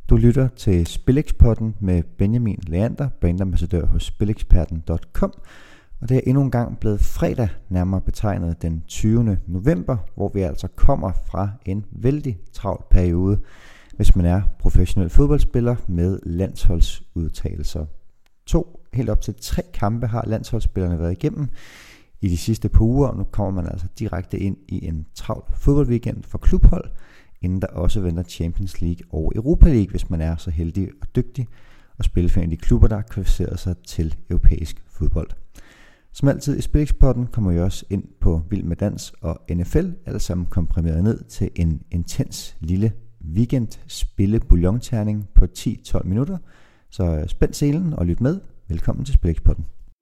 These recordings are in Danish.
Du lytter til Spileksperten med Benjamin Leander, brandambassadør hos spileksperten.com. Og det er endnu en gang blevet fredag, nærmere betegnet den 20. november, hvor vi altså kommer fra en vældig travl periode, hvis man er professionel fodboldspiller med landsholdsudtagelser. 2, helt op til 3 kampe har landsholdsspillerne været igennem i de sidste par uger, og nu kommer man altså direkte ind i en travl fodboldweekend for klubhold, inden der også venter Champions League og Europa League, hvis man er så heldig og dygtig at spille for en af de klubber, der har kvalificeret sig til europæisk fodbold. Som altid i Spileksperten kommer vi også ind på Vild med Dans og NFL, alle sammen komprimeret ned til en intens lille weekend spille bouillonterning på 10-12 minutter. Så spænd selen og lyt med. Velkommen til Spileksperten.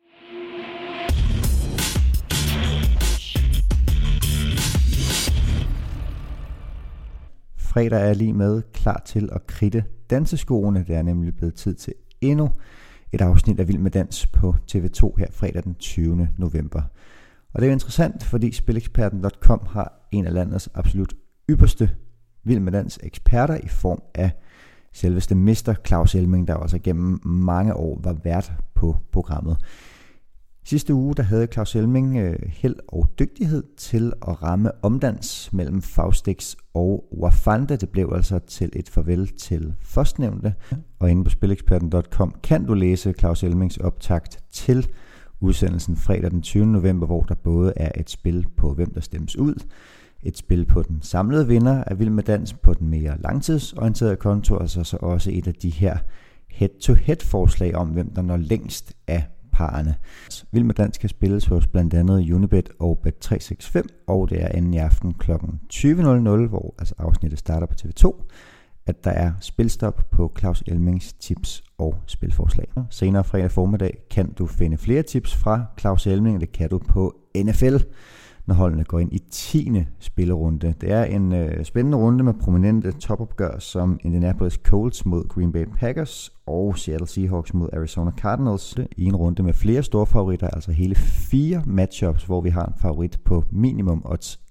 Fredag er lige med klar til at kridte danseskoene. Det er nemlig blevet tid til endnu et afsnit af Vild med Dans på TV2 her fredag den 20. november. Og det er jo interessant, fordi spileksperten.com har en af landets absolut ypperste Vild med Dans eksperter i form af selveste Mr. Claus Elming, der også gennem mange år var vært på programmet. Sidste uge der havde Claus Elming held og dygtighed til at ramme omdans mellem Faustix og Wafanda. Det blev altså til et farvel til førstnævnte. Og inde på spileksperten.com kan du læse Claus Elmings optakt til udsendelsen fredag den 20. november, hvor der både er et spil på hvem der stemmes ud, et spil på den samlede vinder af Vild med Dans på den mere langtidsorienterede konto, altså så også et af de her head-to-head forslag om hvem der når længst af parerne. Vild med Dans kan spilles hos blandt andet Unibet og Bet365, og det er anden i aften kl. 20.00, hvor altså afsnittet starter på TV2, at der er spilstop på Claus Elmings tips og spilforslag. Senere fredag formiddag kan du finde flere tips fra Claus Elming, det kan du på NFL, når holdene går ind i 10. spillerunde. Det er en spændende runde med prominente topopgør som Indianapolis Colts mod Green Bay Packers og Seattle Seahawks mod Arizona Cardinals. I en runde med flere store favoritter, altså hele 4 matchups, hvor vi har en favorit på minimum odds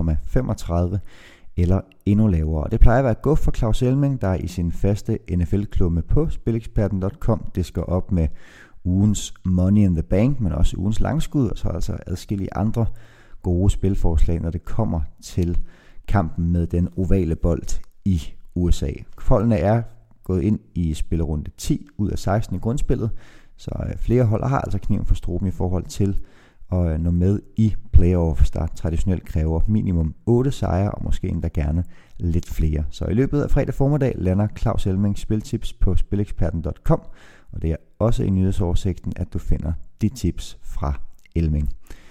1,35 eller endnu lavere. Og det plejer at være godt for Claus Elming, der i sin faste NFL-klumme på spileksperten.com disker op med ugens Money in the Bank, men også ugens langskud, og så altså adskillige andre gode spilforslag, når det kommer til kampen med den ovale bold i USA. Holdene er gået ind i spillerunde 10 ud af 16 i grundspillet, så flere hold har altså kniven for struben i forhold til at nå med i playoffs, der traditionelt kræver minimum 8 sejre og måske endda gerne lidt flere. Så i løbet af fredag formiddag lander Claus Elmings spiltips på spileksperten.com, og det er også i nyhedsoversigten, at du finder de tips fra Elming.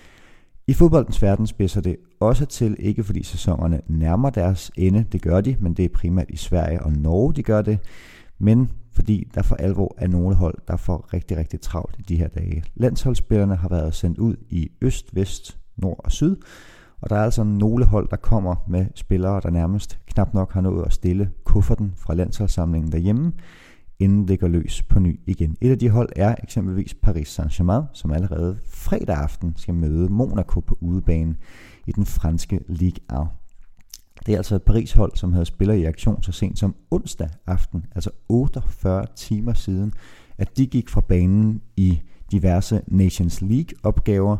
I fodboldens verden spidser det også til, ikke fordi sæsonerne nærmer deres ende, det gør de, men det er primært i Sverige og Norge, de gør det, men fordi der for alvor er nogle hold, der får rigtig, rigtig travlt i de her dage. Landsholdsspillerne har været sendt ud i øst, vest, nord og syd, og der er altså nogle hold, der kommer med spillere, der nærmest knap nok har nået at stille kufferten fra landsholdssamlingen derhjemme, inden det går løs på ny igen. Et af de hold er eksempelvis Paris Saint-Germain, som allerede fredag aften skal møde Monaco på udebane i den franske Ligue 1. Det er altså et Paris-hold, som havde spillere i aktion så sent som onsdag aften, altså 48 timer siden, at de gik fra banen i diverse Nations League-opgaver.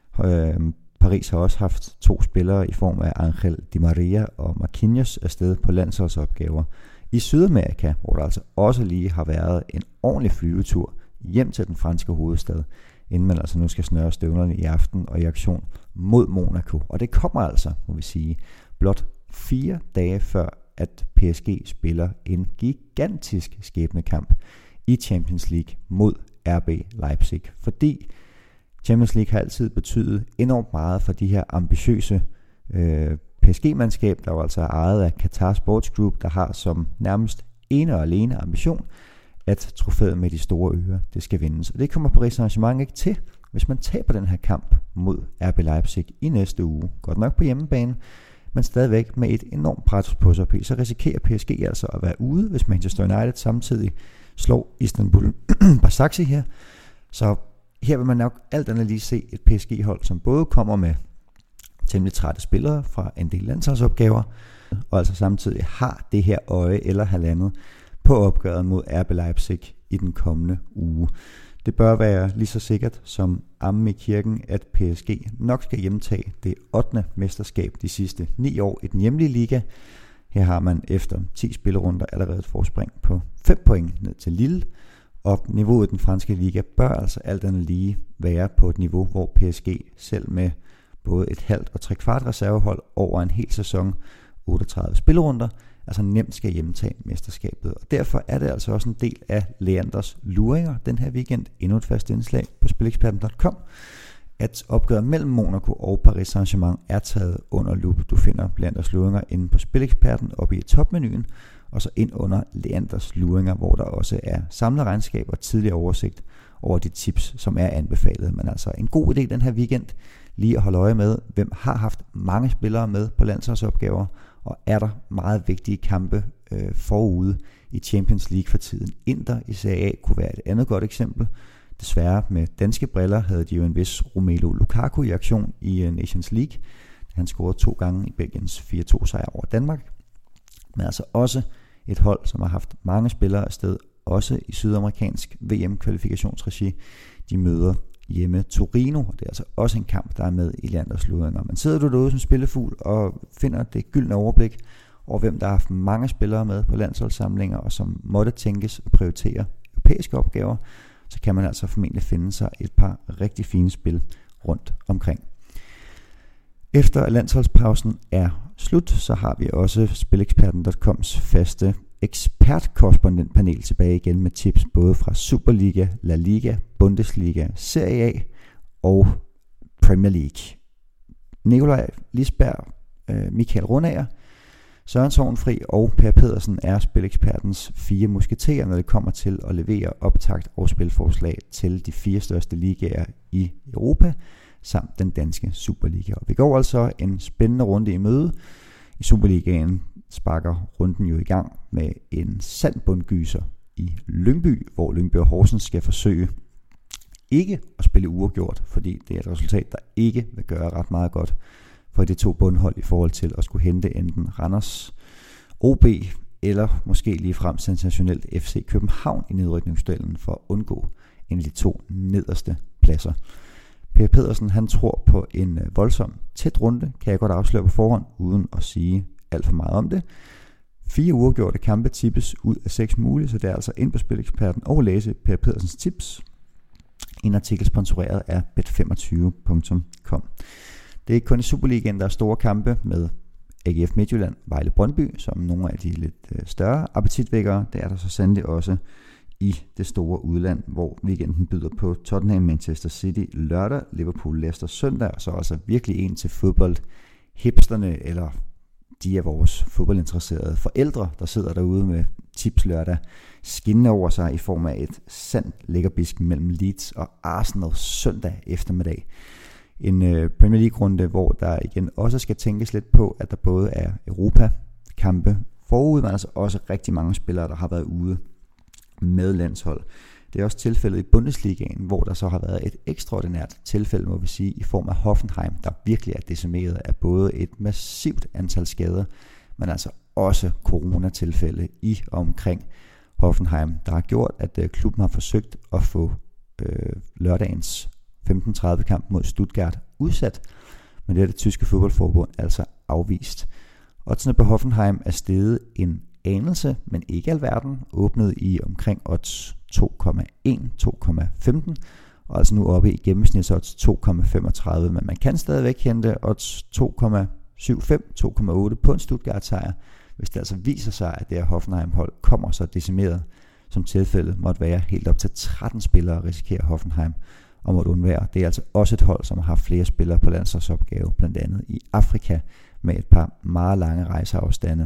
Paris har også haft 2 spillere i form af Angel Di Maria og Marquinhos afsted på landsholdsopgaver i Sydamerika, hvor der altså også lige har været en ordentlig flyvetur hjem til den franske hovedstad, inden man altså nu skal snøre støvlerne i aften og i aktion mod Monaco. Og det kommer altså, må vi sige, blot 4 dage før, at PSG spiller en gigantisk skæbnekamp i Champions League mod RB Leipzig. Fordi Champions League har altid betydet enormt meget for de her ambitiøse PSG-mandskab, der jo altså er ejet af Qatar Sports Group, der har som nærmest ene og alene ambition, at trofæet med de store ører, det skal vindes. Og det kommer Paris Saint-Germain ikke til, hvis man taber den her kamp mod RB Leipzig i næste uge. Godt nok på hjemmebane, men stadigvæk med et enormt pres på sig. Så risikerer PSG altså at være ude, hvis Manchester United samtidig slår Istanbul Basaksehir her. Så her vil man nok alt andet lige se et PSG-hold, som både kommer med temmelig trætte spillere fra en del landsholdsopgaver, og altså samtidig har det her øje eller halvandet på opgøret mod RB Leipzig i den kommende uge. Det bør være lige så sikkert som amen i kirken, at PSG nok skal hjemtage det 8. mesterskab de sidste 9 år i den hjemlige liga. Her har man efter 10 spillerunder allerede et forspring på 5 point ned til Lille, og niveauet i den franske liga bør altså alt andet lige være på et niveau, hvor PSG selv med både et halvt og 3/4 reservehold over en hel sæson, 38 spillerunder, altså nemt skal hjemtage mesterskabet. Og derfor er det altså også en del af Leanders luringer den her weekend, endnu et fast indslag på spileksperten.com, at opgøret mellem Monaco og Paris Saint-Germain er taget under lup. Du finder Leanders luringer inde på Spileksperten oppe i topmenuen, og så ind under Leanders luringer, hvor der også er samlet regnskab og tidligere oversigt over de tips, som er anbefalet. Men altså en god idé den her weekend lige at holde øje med, hvem har haft mange spillere med på landsholdsopgaver, og er der meget vigtige kampe forude i Champions League for tiden. Inter i Serie A kunne være et andet godt eksempel. Desværre med danske briller havde de jo en vis Romelu Lukaku i aktion i Nations League. Han scorede 2 gange i Belgiens 4-2 sejr over Danmark. Men altså også et hold, som har haft mange spillere afsted, også i sydamerikansk VM-kvalifikationsregi. De møder hjemme Torino, og det er altså også en kamp, der er med i Leanders luringer. Men sidder du derude som spillefugl og finder det gyldne overblik over, hvem der har haft mange spillere med på landsholdssamlinger, og som måtte tænkes at prioritere europæiske opgaver, så kan man altså formentlig finde sig et par rigtig fine spil rundt omkring. Efter landsholdspausen er slut, så har vi også spileksperten.coms faste ekspertkorrespondentpanel tilbage igen med tips både fra Superliga, La Liga, Bundesliga, Serie A og Premier League. Nikolaj Lisberg, Michael Rundager, Søren Sorgenfri og Per Pedersen er spilekspertens 4 musketerer, når det kommer til at levere optakt og spilforslag til de 4 største ligaer i Europa, samt den danske Superliga. Og vi går altså en spændende runde i møde. I Superligaen sparker runden jo i gang med en sand bundgyser i Lyngby, hvor Lyngby og Horsens skal forsøge ikke at spille uafgjort, fordi det er et resultat, der ikke vil gøre ret meget godt for de 2 bundhold i forhold til at skulle hente enten Randers OB eller måske ligefrem sensationelt FC København i nedrykningsduellen for at undgå en af de 2 nederste pladser. Per Pedersen, han tror på en voldsom tæt runde, kan jeg godt afsløre på forhånd, uden at sige alt for meget om det. 4 uafgjorte kampe tippes ud af 6 mulige, så det er altså ind på Spileksperten og læse Per Pedersens tips. En artikel sponsoreret af bet25.com. Det er ikke kun i Superligaen, der er store kampe med AGF Midtjylland, Vejle Brøndby, som nogle af de lidt større appetitvækkere. Det er der så sandelig også i det store udland, hvor weekenden byder på Tottenham Manchester City lørdag, Liverpool Leicester søndag, og så også virkelig en til fodbold hipsterne, eller de af vores fodboldinteresserede forældre, der sidder derude med tips lørdag, skinnende over sig i form af et sandt lækkerbisk mellem Leeds og Arsenal søndag eftermiddag. En Premier League-runde, hvor der igen også skal tænkes lidt på, at der både er Europa-kampe forud, men altså også rigtig mange spillere, der har været ude med landshold. Det er også tilfældet i Bundesligaen, hvor der så har været et ekstraordinært tilfælde, må vi sige, i form af Hoffenheim, der virkelig er decimeret af både et massivt antal skader, men altså også coronatilfælde i og omkring Hoffenheim, der har gjort, at klubben har forsøgt at få lørdagens 15:30 kamp mod Stuttgart udsat, men det er det tyske fodboldforbund altså afvist. Oddsene på Hoffenheim er steget en anelse, men ikke alverden, åbnede i omkring odds 2,1, 2,15, og altså nu oppe i gennemsnitsodds 2,35, men man kan stadigvæk hente odds 2,75, 2,8 på en Stuttgart-sejr, hvis det altså viser sig, at det her Hoffenheim-hold kommer så decimeret, som tilfældet måtte være. Helt op til 13 spillere risikerer Hoffenheim og måtte undvære. Det er altså også et hold, som har haft flere spillere på landsholdsopgave, blandt andet i Afrika, med et par meget lange rejseafstande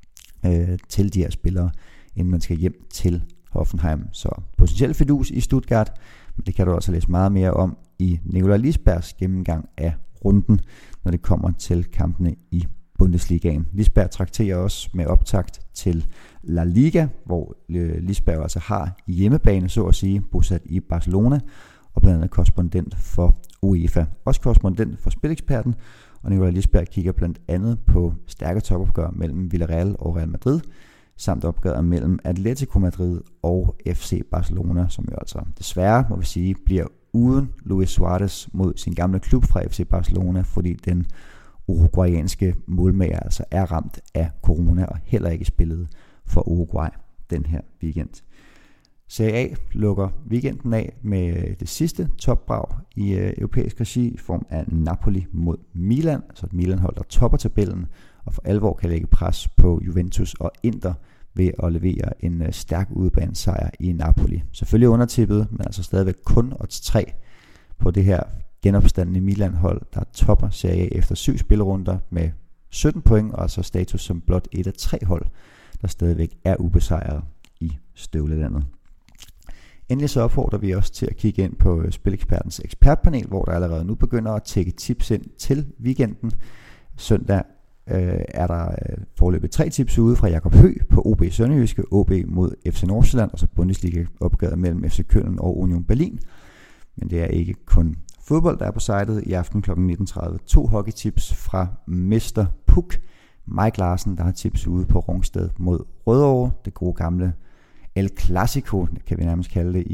til de her spillere, inden man skal hjem til Hoffenheim. Så potentielt fidus i Stuttgart, men det kan du også læse meget mere om i Nikolaj Lisbergs gennemgang af runden, når det kommer til kampene i Bundesligaen. Lisberg trakterer også med optakt til La Liga, hvor Lisberg altså har hjemmebane, så at sige, bosat i Barcelona, og blandt andet korrespondent for UEFA. Også korrespondent for Spileksperten, og Nikolaj Lisberg kigger blandt andet på stærke topopgør mellem Villarreal og Real Madrid, samt opgøret mellem Atletico Madrid og FC Barcelona, som jo altså desværre, må vi sige, bliver uden Luis Suarez mod sin gamle klub fra FC Barcelona, fordi den uruguayanske målmager altså er ramt af corona og heller ikke spillet for Uruguay den her weekend. Serie A lukker weekenden af med det sidste topbrag i europæisk regi i form af Napoli mod Milan, så et Milan-hold, der topper tabellen og for alvor kan lægge pres på Juventus og Inter ved at levere en stærk udebanesejr i Napoli. Selvfølgelig undertippet, men altså stadigvæk kun odds 3 på det her genopstandende Milan-hold, der topper Serie A efter 7 spillerunder med 17 point, og altså status som blot et af 3 hold, der stadigvæk er ubesejret i støvlelandet. Endelig så opfordrer vi også til at kigge ind på Spilekspertens ekspertpanel, hvor der allerede nu begynder at tække tips ind til weekenden. Søndag er der foreløbig 3 tips ude fra Jakob Høgh på OB Sønderjyske, OB mod FC Nordsjælland, og så Bundesliga-opgøret mellem FC Köln og Union Berlin. Men det er ikke kun fodbold, der er på sitet. I aften kl. 19.30 2 hockeytips fra Mester Puk. Mike Larsen, der har tips ude på Rungsted mod Rødovre, det gode gamle El Clasico, kan vi nærmest kalde det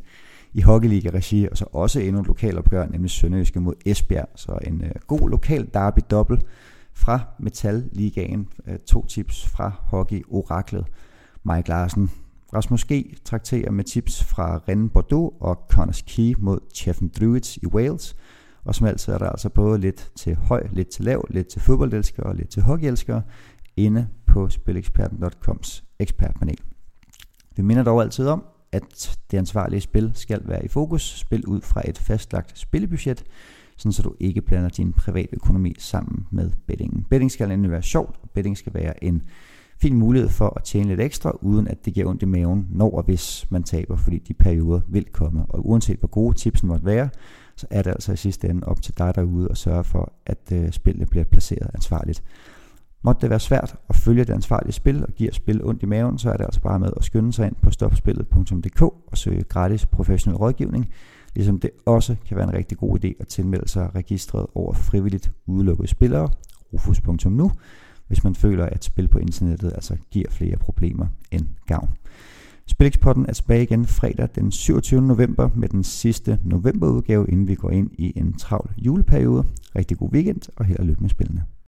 i hockeyliga-regi, og så også endnu et lokalopgør, nemlig Sønderjyske mod Esbjerg. Så en god lokal derby-dobbelt fra Metal-ligaen. 2 tips fra hockey-oraklet Mike Larsen. Rasmus G. trakterer med tips fra Rennes Bordeaux og Connors Key mod Chefn Druids i Wales. Og som altid er der altså både lidt til høj, lidt til lav, lidt til fodboldelskere og lidt til hockeyelskere inde på spileksperten.coms ekspertpanel. Vi minder dog altid om, at det ansvarlige spil skal være i fokus. Spil ud fra et fastlagt spillebudget, sådan så du ikke blander din private økonomi sammen med bettingen. Betting skal nemlig være sjovt, og betting skal være en fin mulighed for at tjene lidt ekstra, uden at det giver ondt i maven, når og hvis man taber, fordi de perioder vil komme. Og uanset hvor gode tipsen måtte være, så er det altså i sidste ende op til dig derude at sørge for, at spillet bliver placeret ansvarligt. Måtte det være svært at følge det ansvarlige spil og give spil ondt i maven, så er det altså bare med at skynde sig ind på stopspillet.dk og søge gratis professionel rådgivning, ligesom det også kan være en rigtig god idé at tilmelde sig registret over frivilligt udelukkede spillere, rufus.nu, hvis man føler, at spil på internettet altså giver flere problemer end gavn. Spilexpotten er tilbage igen fredag den 27. november med den sidste novemberudgave, inden vi går ind i en travl juleperiode. Rigtig god weekend og held og lykke med spillene.